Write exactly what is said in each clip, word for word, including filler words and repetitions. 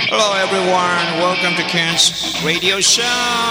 Hello everyone, welcome to Ken's Radio Show!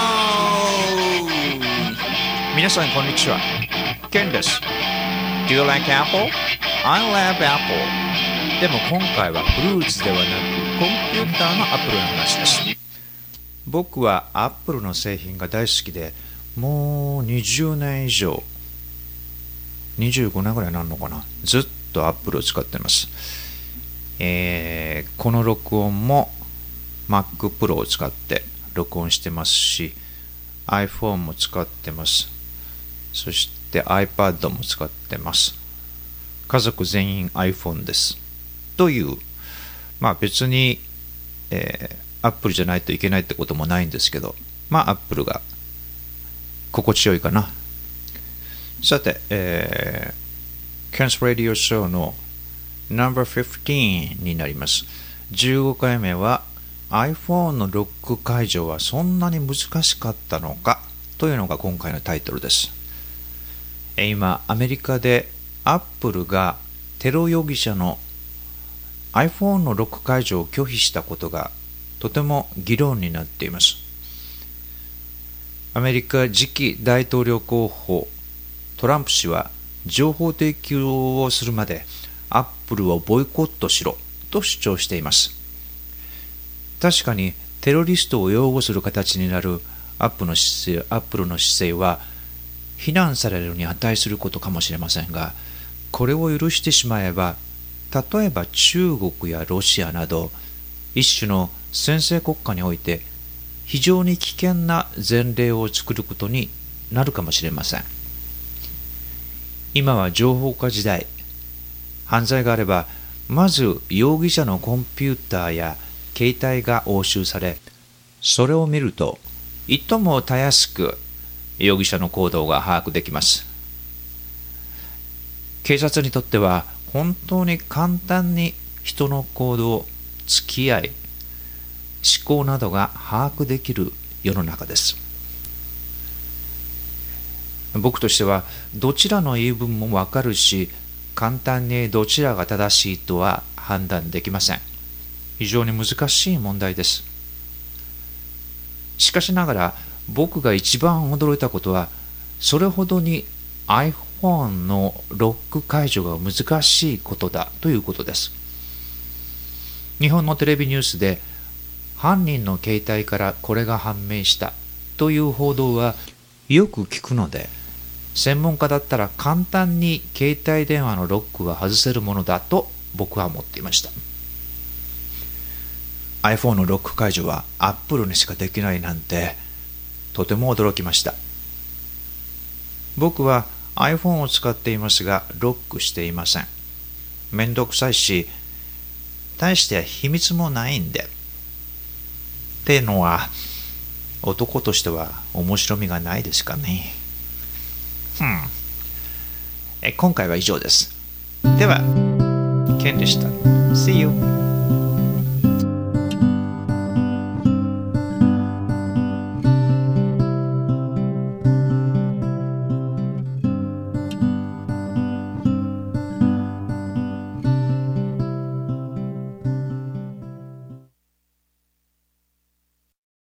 皆さんこんにちは、Ken です。Do you like apple? I love apple. でも今回はフルーツではなくコンピューターのアップルの話です。僕はアップルの製品が大好きで、もうにじゅうねん以上、にじゅうごねんぐらいになるのかな、ずっとアップルを使っています。えー、この録音も Mac Pro を使って録音してますし、 iPhone も使ってます。そして iPad も使ってます。家族全員 iPhone ですという、まあ別に、えー、Apple じゃないといけないってこともないんですけど、まあ Apple が心地よいかな。さて、えー、Ken's Radio Show の ナンバーフィフティーン になります。じゅうごかいめは iPhone のロック解除はそんなに難しかったのかというのが今回のタイトルです。今アメリカで Apple がテロ容疑者の iPhone のロック解除を拒否したことがとても議論になっています。アメリカ次期大統領候補トランプ氏は情報提供をするまでアップルをボイコットしろと主張しています。確かにテロリストを擁護する形になるアップルの姿勢、アップルの姿勢は非難されるに値することかもしれませんが、これを許してしまえば、例えば中国やロシアなど一種の専制国家において非常に危険な前例を作ることになるかもしれません。今は情報化時代、犯罪があればまず容疑者のコンピューターや携帯が押収され、それを見るといともたやすく容疑者の行動が把握できます。警察にとっては本当に簡単に人の行動、付き合い、思考などが把握できる世の中です。僕としてはどちらの言い分もわかるし、簡単にどちらが正しいとは判断できません。非常に難しい問題です。しかしながら僕が一番驚いたことは、それほどに iPhone のロック解除が難しいことだということです。日本のテレビニュースで犯人の携帯からこれが判明したという報道はよく聞くので、専門家だったら簡単に携帯電話のロックは外せるものだと僕は思っていました。 iPhone のロック解除は Apple にしかできないなんてとても驚きました。僕は iPhone を使っていますがロックしていません。めんどくさいし、大して秘密もないんで。っていうのは男としては面白みがないですかね。うん、え今回は以上です。では、ケンでした。See you!